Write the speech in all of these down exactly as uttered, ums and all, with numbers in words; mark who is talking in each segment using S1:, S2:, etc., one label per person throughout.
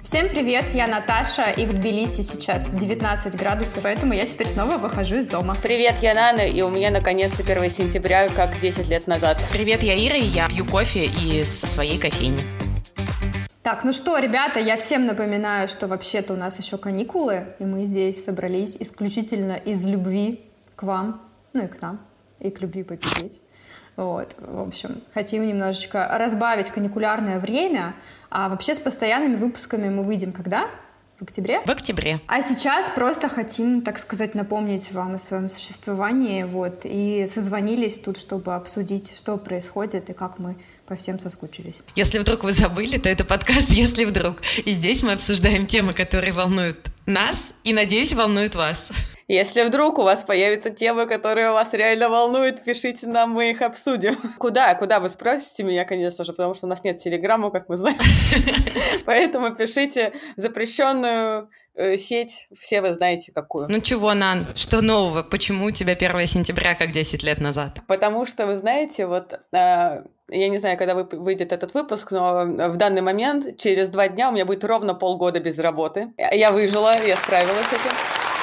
S1: Всем привет, я Наташа, и в Тбилиси сейчас девятнадцать градусов, поэтому я теперь снова выхожу из дома.
S2: Привет, я Нана, и у меня наконец-то первое сентября, как десять лет назад.
S3: Привет, я Ира, и я пью кофе из своей кофейни.
S1: Так, ну что, ребята, я всем напоминаю, что вообще-то у нас еще каникулы, и мы здесь собрались исключительно из любви к вам, ну и к нам, и к любви попить. Вот, в общем, хотим немножечко разбавить каникулярное время, а вообще с постоянными выпусками мы выйдем когда? В октябре?
S3: В октябре.
S1: А сейчас просто хотим, так сказать, напомнить вам о своем существовании, вот, и созвонились тут, чтобы обсудить, что происходит и как мы по всем соскучились.
S3: Если вдруг вы забыли, то это подкаст «Если вдруг». И здесь мы обсуждаем темы, которые волнуют нас и, надеюсь, волнуют вас.
S2: Если вдруг у вас появятся темы, которые вас реально волнуют, пишите нам, мы их обсудим. Куда? Куда вы спросите меня, конечно же, потому что у нас нет телеграмма, как мы знаем. Поэтому пишите в запрещенную сеть, все вы знаете какую.
S3: Ну чего, Нан, что нового? Почему у тебя первое сентября, как десять лет назад?
S2: Потому что, вы знаете, вот... Я не знаю, когда выйдет этот выпуск, но в данный момент, через два дня у меня будет ровно полгода без работы. Я выжила, я справилась с этим.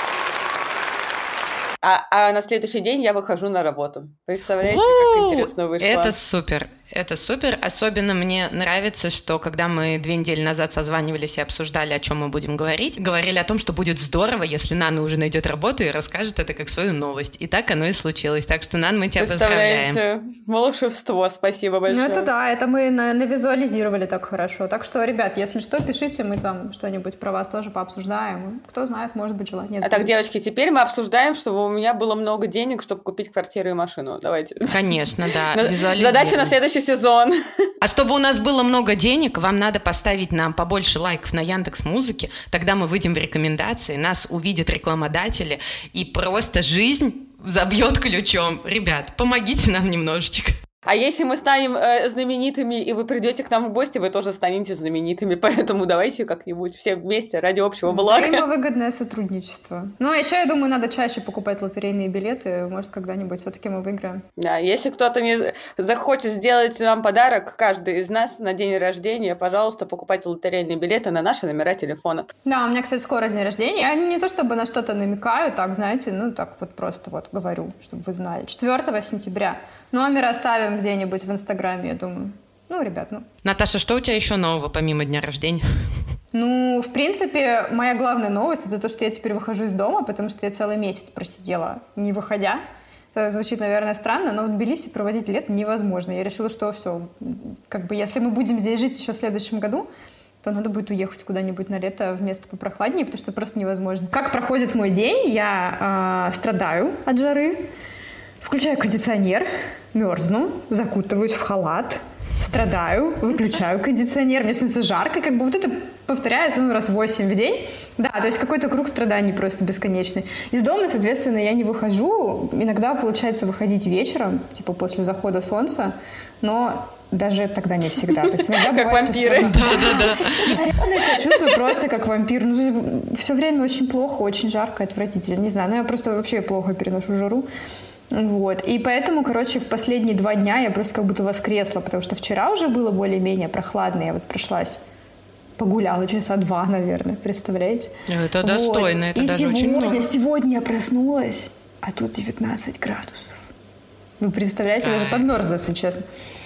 S2: А, а на следующий день я выхожу на работу. Представляете, как интересно вышло?
S3: Это супер, это супер. Особенно мне нравится, что когда мы две недели назад созванивались и обсуждали, о чем мы будем говорить, говорили о том, что будет здорово, если Нана уже найдет работу и расскажет это как свою новость. И так оно и случилось. Так что, Нан, мы тебя поздравляем.
S2: Представляете, волшебство, спасибо большое.
S1: Ну это да, это мы навизуализировали так хорошо. Так что, ребят, если что, пишите, мы там что-нибудь про вас тоже пообсуждаем. Кто знает, может быть, желание.
S2: А так, девочки, теперь мы обсуждаем, чтобы у меня было много денег, чтобы купить квартиру и машину. Давайте.
S3: Конечно, да.
S2: Задача на следующий сезон.
S3: А чтобы у нас было много денег, вам надо поставить нам побольше лайков на Яндекс.Музыке, тогда мы выйдем в рекомендации, нас увидят рекламодатели, и просто жизнь забьет ключом. Ребят, помогите нам немножечко.
S2: А если мы станем э, знаменитыми, и вы придете к нам в гости, вы тоже станете знаменитыми. Поэтому давайте как-нибудь все вместе ради общего блага.
S1: Взаимовыгодное сотрудничество. Ну, а еще, я думаю, надо чаще покупать лотерейные билеты. Может, когда-нибудь все-таки мы выиграем.
S2: Да, если кто-то не захочет сделать нам подарок, каждый из нас на день рождения, пожалуйста, покупайте лотерейные билеты на наши номера телефона. Да,
S1: у меня, кстати, скоро день рождения. Я не то чтобы на что-то намекаю, так, знаете, ну, так вот просто вот говорю, чтобы вы знали. четвёртого сентября. Номер оставим где-нибудь в Инстаграме, я думаю. Ну, ребят, ну.
S3: Наташа, что у тебя еще нового, помимо дня рождения?
S1: Ну, в принципе, моя главная новость — это то, что я теперь выхожу из дома, потому что я целый месяц просидела, не выходя. Это звучит, наверное, странно, но в Тбилиси проводить лето невозможно. Я решила, что все, как бы, если мы будем здесь жить еще в следующем году, то надо будет уехать куда-нибудь на лето в место попрохладнее, потому что просто невозможно. Как проходит мой день? Я э, страдаю от жары, включаю кондиционер, мерзну, закутываюсь в халат, страдаю, выключаю кондиционер, мне становится жарко, как бы вот это повторяется ну, раз восемь в день. Да, то есть какой-то круг страданий просто бесконечный. Из дома, соответственно, я не выхожу. Иногда получается выходить вечером, типа после захода солнца, но даже тогда не всегда. То есть иногда
S2: как
S1: бывает,
S2: вампиры.
S1: Что да, да, да. Я реально себя чувствую просто как вампир. Ну, все время очень плохо, очень жарко, отвратительно. Не знаю, но я просто вообще плохо переношу жару. Вот. И поэтому, короче, в последние два дня я просто как будто воскресла, потому что вчера уже было более-менее прохладно, я вот прошлась, погуляла часа два, наверное, представляете?
S3: Это вот. Достойно, это
S1: и
S3: даже
S1: сегодня,
S3: очень много.
S1: сегодня я проснулась, а тут девятнадцать градусов. Вы представляете, я даже подмерзла, если честно.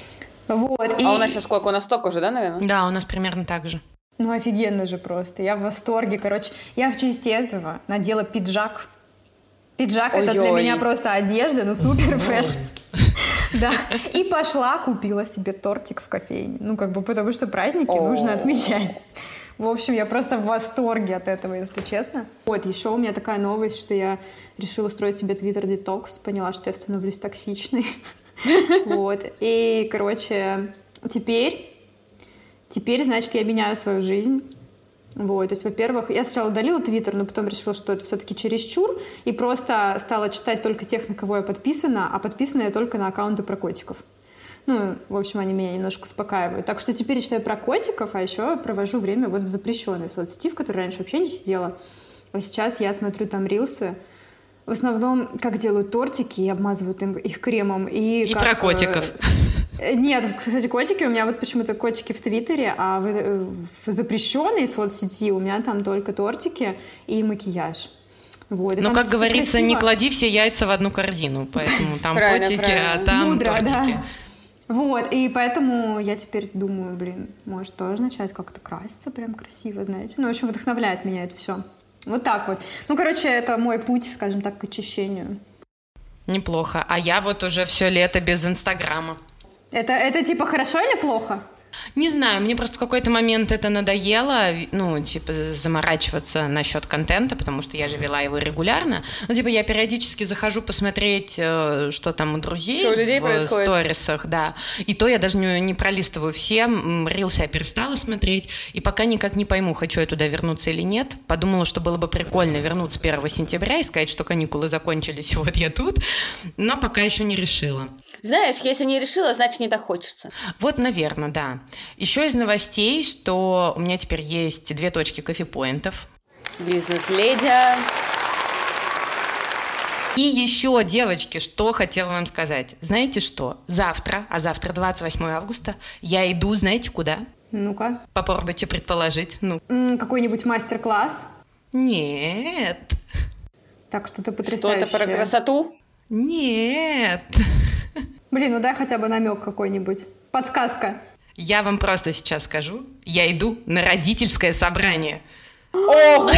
S1: Вот.
S2: А
S1: и...
S2: у нас сейчас сколько? У нас столько же, да, наверное?
S3: Да, у нас примерно так же.
S1: Ну, офигенно же просто. Я в восторге, короче. Я в честь этого надела пиджак. Пиджак — это для меня просто одежда, ну супер фэшн. Да. И пошла, купила себе тортик в кофейне. Ну, как бы, потому что праздники нужно отмечать. В общем, я просто в восторге от этого, если честно. Вот, еще у меня такая новость, что я решила устроить себе твиттер-детокс. Поняла, что я становлюсь токсичной. Вот. И, короче, теперь... Теперь, значит, я меняю свою жизнь. Вот, то есть, во-первых, я сначала удалила Твиттер, но потом решила, что это все-таки чересчур, и просто стала читать только тех, на кого я подписана, а подписана я только на аккаунты про котиков. Ну, в общем, они меня немножко успокаивают. Так что теперь я читаю про котиков, а еще провожу время вот в запрещенной соцсети, в которой раньше вообще не сидела. А сейчас я смотрю там рилсы. В основном, как делают тортики и обмазывают им, их кремом. И,
S3: и
S1: как,
S3: про котиков.
S1: Нет, кстати, котики, у меня вот почему-то котики в Твиттере, а в, в запрещенной соцсети у меня там только тортики и макияж. Вот, и
S3: ну, как говорится,
S1: красиво.
S3: Не клади все яйца в одну корзину, поэтому там
S2: правильно,
S3: котики,
S2: правильно.
S3: а там
S1: Мудро,
S3: тортики.
S1: Да. Вот, и поэтому я теперь думаю, блин, может тоже начать как-то краситься прям красиво, знаете. Ну, в общем, вдохновляет меня это все. Вот так вот. Ну, короче, это мой путь, скажем так, к очищению.
S3: Неплохо. А я вот уже все лето без Инстаграма.
S1: Это, это типа хорошо или плохо?
S3: Не знаю, мне просто в какой-то момент это надоело, ну, типа, заморачиваться насчет контента, потому что я же вела его регулярно. Ну, типа, я периодически захожу посмотреть, что там у друзей
S2: что у людей
S3: в
S2: происходит.
S3: сторисах, да. И то я даже не, не пролистываю всем, рилсы я перестала смотреть, и пока никак не пойму, хочу я туда вернуться или нет. Подумала, что было бы прикольно вернуться первого сентября и сказать, что каникулы закончились, вот я тут, но пока еще не решила.
S2: Знаешь, если не решила, значит, не так хочется.
S3: Вот, наверное, да. Еще из новостей, что у меня теперь есть две точки кофепоинтов.
S2: Бизнес-леди.
S3: И еще, девочки, что хотела вам сказать. Знаете что? Завтра, а завтра двадцать восьмое августа, я иду, знаете, куда?
S1: Ну-ка.
S3: Попробуйте предположить. Ну.
S1: М, какой-нибудь мастер-класс?
S3: Нет.
S1: Так, что-то потрясающее.
S2: Что-то про красоту?
S3: Нет.
S1: Блин, ну дай хотя бы намек какой-нибудь. Подсказка.
S3: Я вам просто сейчас скажу. Я иду на родительское собрание.
S2: Ого!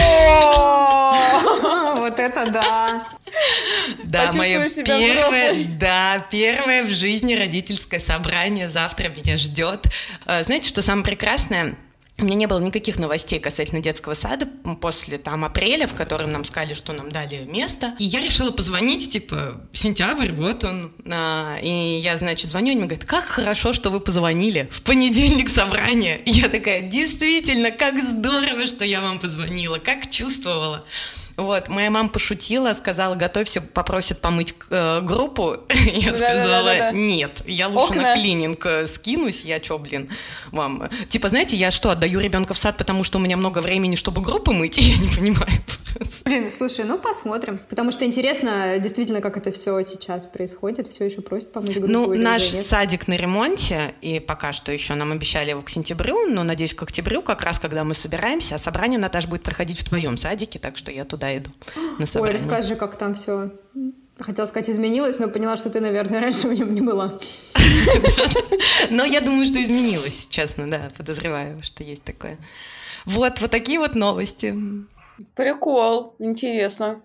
S1: Вот это да!
S3: Да, мое первое, да, первое в жизни родительское собрание завтра меня ждет. Знаете, что самое прекрасное? У меня не было никаких новостей касательно детского сада после там апреля, в котором нам сказали, что нам дали место. И я решила позвонить, типа, сентябрь, вот он. И я, значит, звоню, они мне говорят, как хорошо, что вы позвонили. В понедельник собрание. И я такая, действительно, как здорово, что я вам позвонила, как чувствовала. Вот, моя мама пошутила, сказала, готовься, попросят помыть э, группу. Я
S2: да,
S3: сказала,
S2: да, да, да.
S3: нет, я лучше
S2: Окна.
S3: на клининг скинусь, я чё, блин, вам... Типа, знаете, я что, отдаю ребенка в сад, потому что у меня много времени, чтобы группу мыть? Я не понимаю просто.
S1: Блин, слушай, ну посмотрим. Потому что интересно, действительно, как это все сейчас происходит. Все еще просят помыть группу.
S3: Ну,
S1: или
S3: наш
S1: уже нет?
S3: садик на ремонте, и пока что еще нам обещали его к сентябрю, но, надеюсь, к октябрю, как раз когда мы собираемся, а собрание, Наташ, будет проходить в твоем садике, так что я туда иду.
S1: Ой, расскажи, как там все. Хотела сказать, изменилось, но поняла, что ты, наверное, раньше в нем не была.
S3: Но я думаю, что изменилось, честно, да, подозреваю, что есть такое. Вот, вот такие вот новости.
S2: Прикол, интересно.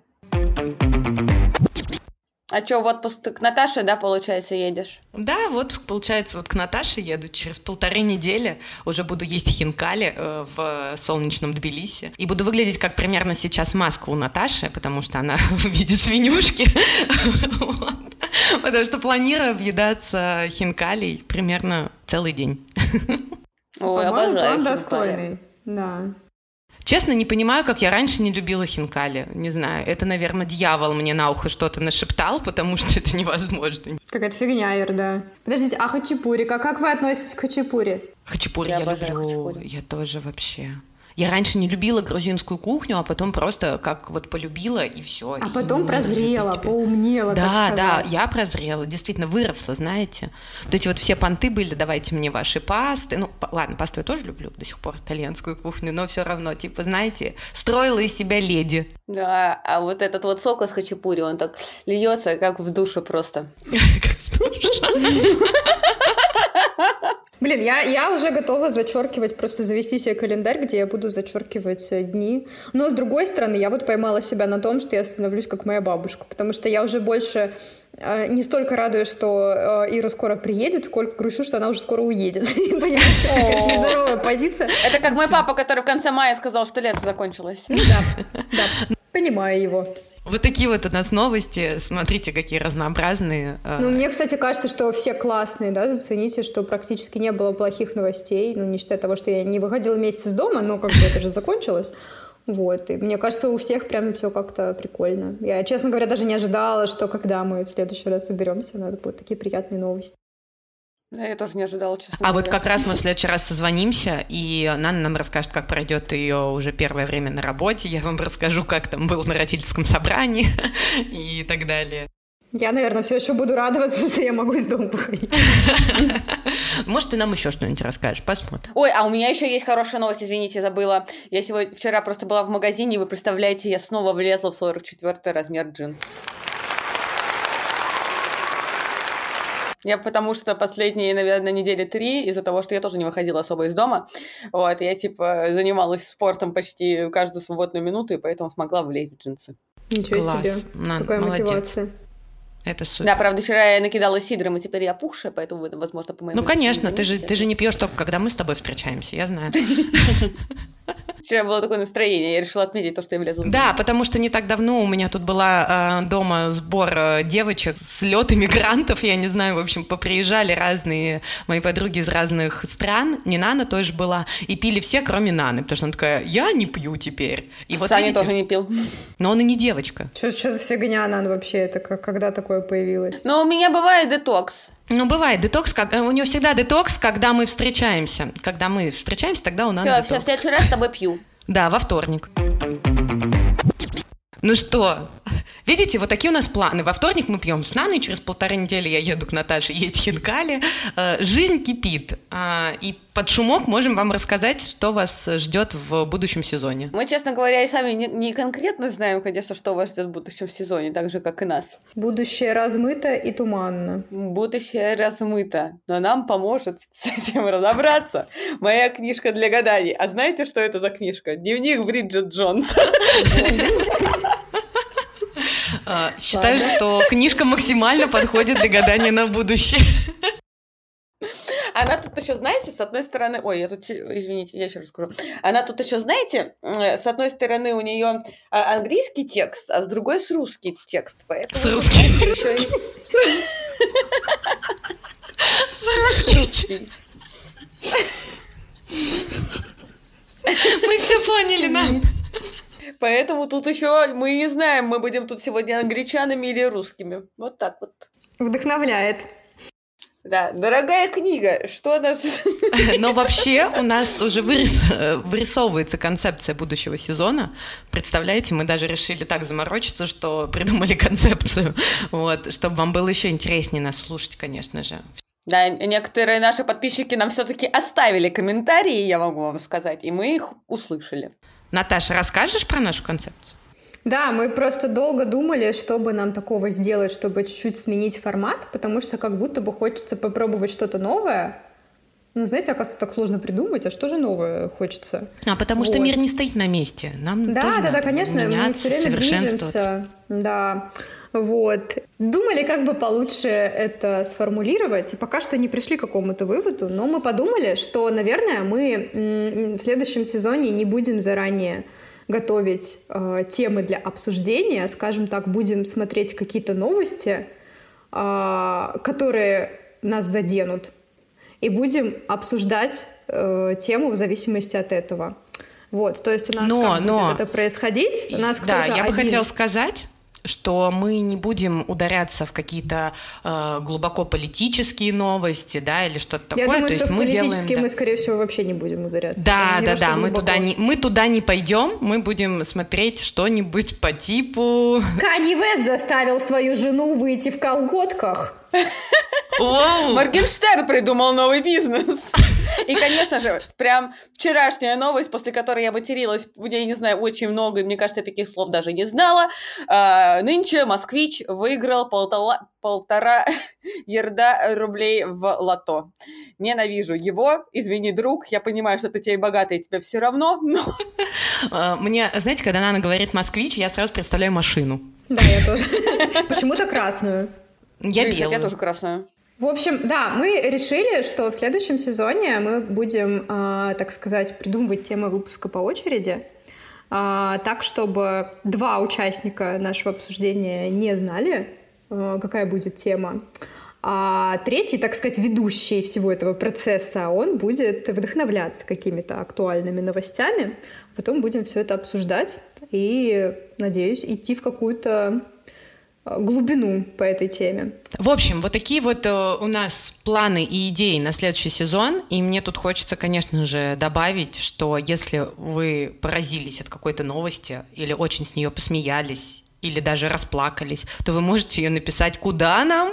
S2: А что, в отпуск ты к Наташе, да, получается, едешь?
S3: Да, в отпуск, получается, вот к Наташе еду через полторы недели. Уже буду есть хинкали э, в солнечном Тбилиси. И буду выглядеть, как примерно сейчас маска у Наташи, потому что она в виде свинюшки. Потому что планирую объедаться хинкалей примерно целый день.
S2: Ой, обожаю
S1: Он
S2: хинкали.
S1: достойный, да.
S3: Честно, не понимаю, как я раньше не любила хинкали. Не знаю, это, наверное, дьявол мне на ухо что-то нашептал, потому что это невозможно.
S1: Какая-то фигня, Ир, да. Подождите, а хачапури? Как, как вы относитесь к хачапури?
S3: Хачапури
S2: Я
S3: я,
S2: обожаю
S3: люблю.
S2: хачапури.
S3: Я тоже вообще. Я раньше не любила грузинскую кухню, а потом просто как вот полюбила, и все.
S1: А потом прозрела, поумнела,
S3: Да,
S1: так сказать.
S3: да, я прозрела, действительно выросла, знаете. Вот эти вот все понты были, давайте мне ваши пасты. Ну, по- ладно, пасту я тоже люблю до сих пор, итальянскую кухню, но все равно, типа, знаете, строила из себя леди.
S2: Да, а вот этот вот сок из хачапури, он так льется, как в душе просто.
S1: Блин, я, я уже готова зачеркивать, просто завести себе календарь, где я буду зачеркивать э, дни. Но, с другой стороны, я вот поймала себя на том, что я становлюсь как моя бабушка, потому что я уже больше э, не столько радуюсь, что э, Ира скоро приедет, сколько грущу, что она уже скоро уедет. Понимаешь, такая нездоровая позиция.
S2: Это как мой папа, который в конце мая сказал, что лето закончилось.
S1: Да, да, понимаю его.
S3: Вот такие вот у нас новости. Смотрите, какие разнообразные.
S1: Ну, мне, кстати, кажется, что все классные, да, зацените, что практически не было плохих новостей, ну, не считая того, что я не выходила месяц из дома, но как бы это же закончилось. Вот, и мне кажется, у всех прям все как-то прикольно. Я, честно говоря, даже не ожидала, что когда мы в следующий раз соберемся, у нас будут такие приятные новости.
S2: Да, я тоже не ожидала, честно
S3: А
S2: говоря.
S3: вот как раз мы в следующий раз созвонимся, и Нана нам расскажет, как пройдет ее уже первое время на работе. Я вам расскажу, как там было на родительском собрании и так далее.
S1: Я, наверное, все еще буду радоваться, что я могу из дома выходить.
S3: Может, ты нам еще что-нибудь расскажешь, посмотрим.
S2: Ой, а у меня еще есть хорошая новость, извините, забыла. Я сегодня, вчера просто была в магазине, и вы представляете, я снова влезла в сорок четвёртый размер джинс. Я потому что последние, наверное, недели три, из-за того, что я тоже не выходила особо из дома, вот, я, типа, занималась спортом почти каждую свободную минуту, и поэтому смогла влезть в джинсы.
S1: Ничего
S3: Класс.
S1: себе,
S3: На,
S1: какая
S3: молодец.
S1: мотивация.
S3: Это супер.
S2: Да, правда, вчера я накидала сидром, и теперь я опухшая, поэтому вы, возможно, по моему...
S3: Ну, конечно, ты же, ты же не пьешь только, когда мы с тобой встречаемся, я знаю.
S2: Вчера было такое настроение, я решила отметить то, что я влезла в
S3: Да,
S2: джинсы.
S3: потому что не так давно у меня тут была э, дома сбор э, девочек, слет иммигрантов, я не знаю, в общем, поприезжали разные мои подруги из разных стран, не Нана тоже была, и пили все, кроме Наны, потому что она такая, я не пью теперь. И вот,
S2: Саня
S3: видите,
S2: тоже не пил.
S3: но он и не девочка.
S1: Что, что за фигня она вообще? Это как, когда такое появилось?
S2: Но у меня бывает детокс.
S3: Ну, бывает детокс, как, у него всегда детокс, когда мы встречаемся. Когда мы встречаемся, тогда у нас
S2: Все,
S3: детокс.
S2: все, в следующий раз с тобой пью.
S3: Да, во вторник. Ну что, видите, вот такие у нас планы. Во вторник мы пьем с Наной, через полторы недели я еду к Наташе есть хинкали. Э, Жизнь кипит. А, И под шумок можем вам рассказать, что вас ждет в будущем сезоне.
S2: Мы, честно говоря, и сами не, не конкретно знаем, конечно, что вас ждет в будущем сезоне, так же, как и нас.
S1: Будущее размыто и туманно.
S2: Будущее размыто, но нам поможет с этим разобраться моя книжка для гаданий. А знаете, что это за книжка? Дневник Бриджит Джонс.
S3: А, Считаю, что книжка максимально подходит для гадания на будущее.
S2: Она тут еще, знаете, с одной стороны... Ой, я тут... Извините, я еще расскажу. Она тут еще, знаете, с одной стороны у нее английский текст, а с другой с русский текст. Поэтому
S3: С русским.
S2: С русским.
S3: Мы все поняли, нам.
S2: Поэтому тут еще мы не знаем, мы будем тут сегодня англичанами или русскими. Вот так вот.
S1: Вдохновляет.
S2: Да, дорогая книга, что нас...
S3: Но вообще у нас уже вырис, вырисовывается концепция будущего сезона. Представляете, мы даже решили так заморочиться, что придумали концепцию, вот, чтобы вам было еще интереснее нас слушать, конечно же.
S2: Да, некоторые наши подписчики нам все-таки оставили комментарии, я могу вам сказать, и мы их услышали.
S3: Наташа, расскажешь про нашу концепцию?
S1: Да, мы просто долго думали, что бы нам такого сделать, чтобы чуть-чуть сменить формат, потому что как будто бы хочется попробовать что-то новое. Ну, знаете, оказывается, так сложно придумать, а что же новое хочется?
S3: А потому
S1: Вот.
S3: что мир не стоит на месте. Нам
S1: Да,
S3: тоже
S1: да, да,
S3: надо
S1: конечно, мы
S3: меняться,
S1: все время
S3: совершенствоваться.
S1: движемся. Да, вот. Думали, как бы получше это сформулировать, и пока что не пришли к какому-то выводу, но мы подумали, что, наверное, мы м, в следующем сезоне не будем заранее готовить э, темы для обсуждения, скажем так, будем смотреть какие-то новости, э, которые нас заденут, и будем обсуждать э, тему в зависимости от этого. Вот, то есть у нас
S3: но,
S1: как
S3: но...
S1: будет это происходить? У нас
S3: да,
S1: кто-то
S3: я бы
S1: один...
S3: хотела сказать, что мы не будем ударяться в какие-то э, глубоко политические новости, да, или что-то такое.
S1: Я думаю,
S3: То
S1: что
S3: есть
S1: в
S3: мы
S1: политические
S3: делаем,
S1: мы,
S3: да.
S1: скорее всего, вообще не будем ударяться.
S3: Да,
S1: Не
S3: да,
S1: во
S3: да,
S1: что
S3: мы
S1: глубоко.
S3: туда, не, мы туда не пойдем, мы будем смотреть что-нибудь по типу...
S1: Канье Уэст заставил свою жену выйти в колготках.
S3: Оу!
S2: Моргенштерн придумал новый бизнес. И, конечно же, прям вчерашняя новость, после которой я материлась, я не знаю, очень много, и мне кажется, я таких слов даже не знала. А, нынче москвич выиграл полтора, полтора ярда рублей в лото. Ненавижу его, извини, друг, я понимаю, что ты тебе богатый, тебе все равно, но...
S3: Мне, знаете, когда Нана говорит «москвич», я сразу представляю машину.
S1: Да, я тоже. Почему-то красную.
S3: Я
S2: Блин,
S3: белую.
S2: я тоже красную.
S1: В общем, да, мы решили, что в следующем сезоне мы будем, э, так сказать, придумывать темы выпуска по очереди, э, так, чтобы два участника нашего обсуждения не знали, э, какая будет тема, а третий, так сказать, ведущий всего этого процесса, он будет вдохновляться какими-то актуальными новостями, потом будем все это обсуждать и, надеюсь, идти в какую-то глубину по этой теме.
S3: В общем, вот такие вот э, у нас планы и идеи на следующий сезон. И мне тут хочется, конечно же, добавить, что если вы поразились от какой-то новости или очень с нее посмеялись, или даже расплакались, то вы можете ее написать куда нам?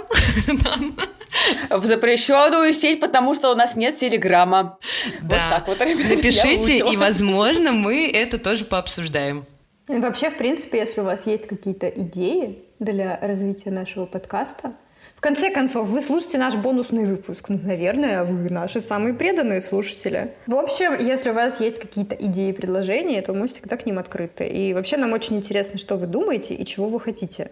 S2: В запрещенную сеть, потому что у нас нет телеграмма.
S3: Да.
S2: Вот так вот, ребята,
S3: напишите, и, возможно, мы это тоже пообсуждаем.
S1: И вообще, в принципе, если у вас есть какие-то идеи для развития нашего подкаста, в конце концов, вы слушаете наш бонусный выпуск. Ну, наверное, вы наши самые преданные слушатели. В общем, если у вас есть какие-то идеи и предложения, то мы всегда к ним открыты. И вообще нам очень интересно, что вы думаете и чего вы хотите.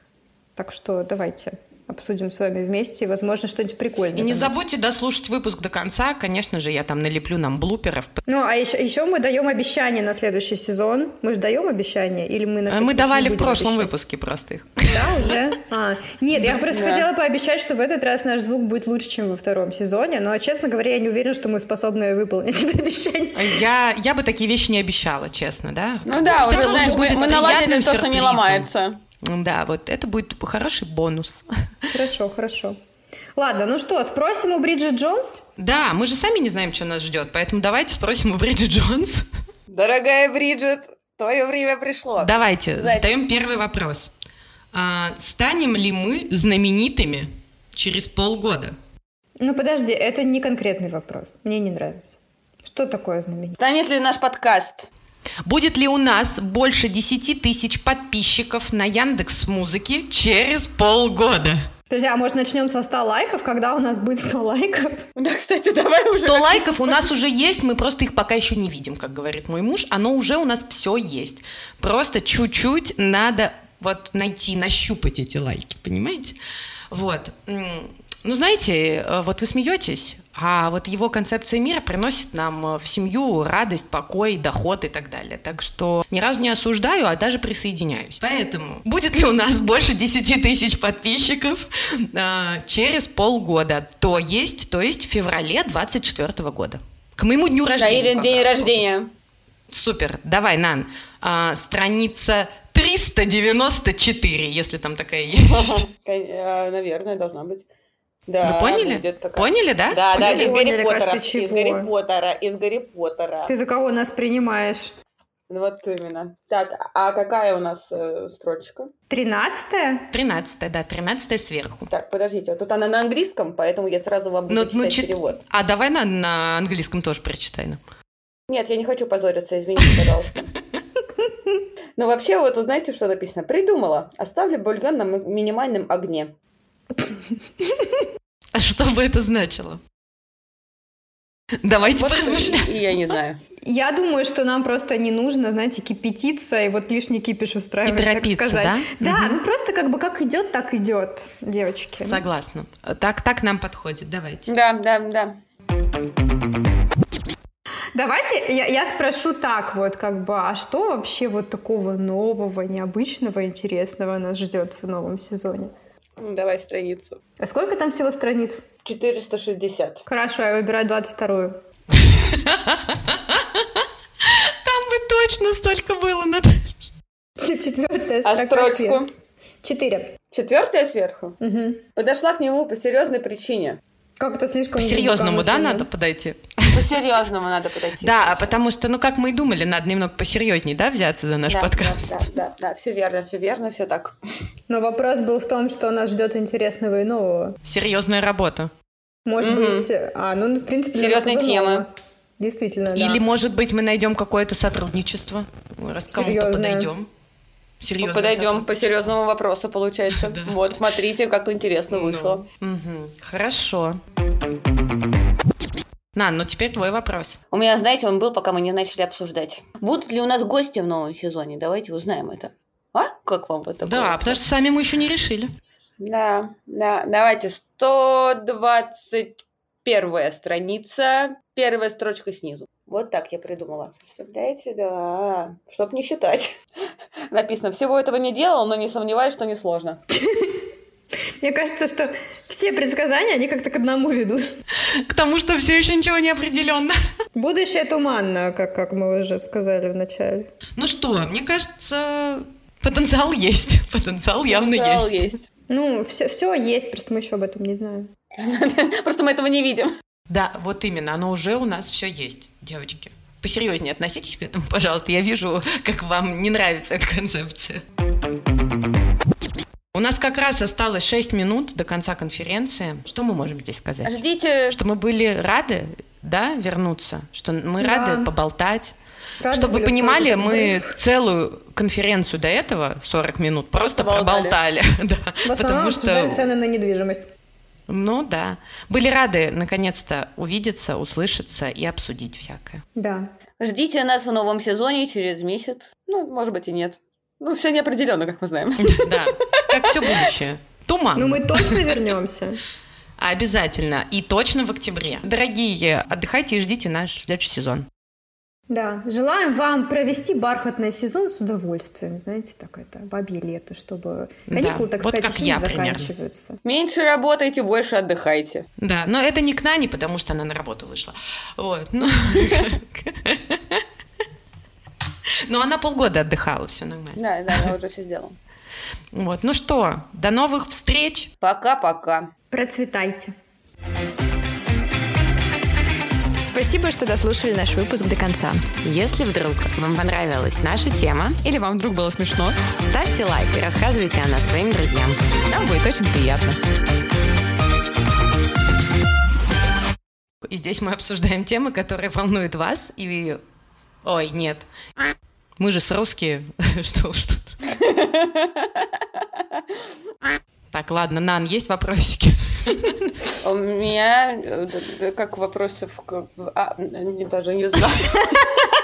S1: Так что давайте обсудим с вами вместе, и, возможно, что-нибудь прикольное.
S3: И не забудьте дослушать выпуск до конца. Конечно же, я там налеплю нам блуперов.
S1: Ну, а еще, еще мы даем обещание на следующий сезон. Мы же даем обещание? Или мы на
S3: Мы давали в прошлом обещать? выпуске просто их.
S1: Да, уже? А. Нет, я просто да. хотела пообещать, что в этот раз наш звук будет лучше, чем во втором сезоне. Но, честно говоря, я не уверена, что мы способны выполнить это обещание.
S3: Я, я бы такие вещи не обещала, честно, да?
S2: Ну да, уже, знаешь, мы, мы наладили то, что не ломается.
S3: Да, вот это будет хороший бонус.
S1: Хорошо, хорошо. Ладно, ну что, спросим у Бриджит Джонс?
S3: Да, мы же сами не знаем, что нас ждет, поэтому давайте спросим у Бриджит Джонс.
S2: Дорогая Бриджит, твое время пришло.
S3: Давайте, Знаете... задаем первый вопрос. А, станем ли мы знаменитыми через полгода?
S1: Ну подожди, это не конкретный вопрос. Мне не нравится. Что такое знаменитость?
S2: Станет ли наш подкаст?
S3: Будет ли у нас больше десять тысяч подписчиков на Яндекс.Музыке через полгода?
S1: Подожди, а может начнем со ста лайков, когда у нас будет сто лайков?
S2: Да, кстати, давай уже.
S3: сто лайков у нас уже есть, мы просто их пока еще не видим, как говорит мой муж. Оно уже у нас все есть. Просто чуть-чуть надо вот найти, нащупать эти лайки, понимаете? Вот. Ну, знаете, вот вы смеетесь, а вот его концепция мира приносит нам в семью радость, покой, доход и так далее. Так что ни разу не осуждаю, а даже присоединяюсь. Поэтому будет ли у нас больше десять тысяч подписчиков а, через полгода? То есть, то есть в феврале двадцать четвёртого года. К моему дню рождения.
S2: Да, Ирин, день рождения.
S3: Супер. Давай, Нан. А, страница триста девяносто четыре, если там такая есть.
S2: Наверное, должна быть. Да,
S3: вы поняли? Поняли, да?
S2: Да,
S3: поняли?
S2: да, из
S1: поняли,
S2: Гарри Поттера.
S1: Кажется,
S2: из Гарри Поттера. Из Гарри Поттера.
S1: Ты за кого нас принимаешь?
S2: Ну вот именно. Так, а какая у нас э, строчка?
S1: Тринадцатая?
S3: Тринадцатая, да, тринадцатая сверху.
S2: Так, подождите, тут она на английском, поэтому я сразу вам буду ну, читать ну, чит... перевод.
S3: А давай на, на английском тоже прочитай нам.
S2: Нет, я не хочу позориться, извините, пожалуйста. Ну вообще, вот знаете, что написано? Придумала. Оставлю бульон на минимальном огне.
S3: А что бы это значило? Давайте вот поразмышляем.
S2: Я не знаю.
S1: Я думаю, что нам просто не нужно, знаете, кипятиться и вот лишний кипиш устраивать,
S3: и торопиться,
S1: так сказать.
S3: Да?
S1: Да,
S3: угу.
S1: ну просто как бы как идет, так идет, девочки.
S3: Согласна. Так, так нам подходит. Давайте.
S2: Да, да, да.
S1: Давайте я, я спрошу так вот, как бы, а что вообще вот такого нового, необычного, интересного нас ждет в новом сезоне?
S2: Давай страницу.
S1: А сколько там всего страниц?
S2: четыреста шестьдесят.
S1: Хорошо, я выбираю двадцать вторую.
S3: Там бы точно столько было.
S1: Четвертая строка.
S2: А строчку?
S1: Четыре.
S2: Четвертая сверху?
S1: Угу.
S2: Подошла к нему по серьезной причине.
S1: Как это слишком...
S3: По-серьезному, да, надо подойти?
S2: По-серьезному надо подойти.
S3: Да, потому что, ну, как мы и думали, надо немного посерьезнее, да, взяться за наш
S2: да,
S3: подкаст.
S2: Да, да, да, да, все верно, все верно, все так.
S1: Но вопрос был в том, что нас ждет интересного и нового.
S3: Серьезная работа.
S1: Может mm-hmm. быть, а, ну, в принципе...
S2: Серьезные темы.
S1: Действительно, да.
S3: Или, может быть, мы найдем какое-то сотрудничество, раз к кому-то подойдем.
S2: Мы подойдем по серьезному вопросу, получается. Да. Вот, смотрите, как интересно вышло.
S3: Ну, угу. Хорошо. Нан, ну теперь твой вопрос.
S2: У меня, знаете, он был, пока мы не начали обсуждать. Будут ли у нас гости в новом сезоне? Давайте узнаем это. А? Как вам это?
S3: Да, вопрос? Потому что сами мы еще не решили.
S2: Да, да. Давайте, сто двадцать первая страница, первая строчка снизу. Вот так я придумала. Представляете, да. Чтоб не считать. Написано, всего этого не делал, но не сомневаюсь, что несложно.
S1: Мне кажется, что все предсказания, они как-то к одному ведут.
S3: К тому, что все еще ничего не определенно.
S1: Будущее туманно, как, как мы уже сказали в начале.
S3: Ну что, мне кажется, потенциал есть. Потенциал явно
S2: потенциал
S3: есть.
S2: есть.
S1: Ну, все, все есть, просто мы еще об этом не знаем.
S2: Просто мы этого не видим.
S3: Да, вот именно, оно уже у нас все есть, девочки. Посерьезнее относитесь к этому, пожалуйста. Я вижу, как вам не нравится эта концепция. нас как раз осталось шесть минут до конца конференции. Что мы можем здесь сказать?
S2: Ждите.
S3: Что мы были рады, да, вернуться? Что мы да. рады поболтать? Рады Чтобы вы понимали, мы целую конференцию до этого, сорок минут, просто, просто проболтали. да,
S1: В основном обсуждали что... цены на недвижимость.
S3: Ну да. Были рады наконец-то увидеться, услышаться и обсудить всякое.
S1: Да.
S2: Ждите нас в новом сезоне через месяц. Ну, может быть, и нет. Ну, все неопределенно, как мы знаем.
S3: Да, как все будущее. Туман.
S1: Ну, мы точно вернемся.
S3: Обязательно. И точно в октябре. Дорогие, отдыхайте и ждите наш следующий сезон.
S1: Да, желаем вам провести бархатный сезон с удовольствием, знаете, так это, бабье лето, чтобы каникулы, да, так
S3: вот
S1: сказать,
S3: как я,
S1: заканчиваются.
S2: Примерно. Меньше работайте, больше отдыхайте.
S3: Да, но это не к Нане, потому что она на работу вышла. Вот, ну... Но она полгода отдыхала, все нормально.
S2: Да, да, я уже все сделала.
S3: Вот, ну что, до новых встреч.
S2: Пока-пока.
S1: Процветайте.
S4: Спасибо, что дослушали наш выпуск до конца. Если вдруг вам понравилась наша тема,
S3: или вам вдруг было смешно,
S4: ставьте лайк и рассказывайте о нас своим друзьям.
S3: Нам будет очень приятно. И здесь мы обсуждаем темы, которые волнуют вас. И... Ой, нет. Мы же с русские. Что уж тут. Так, ладно, Нан, есть вопросики?
S2: У меня как вопросов... А, даже не знаю.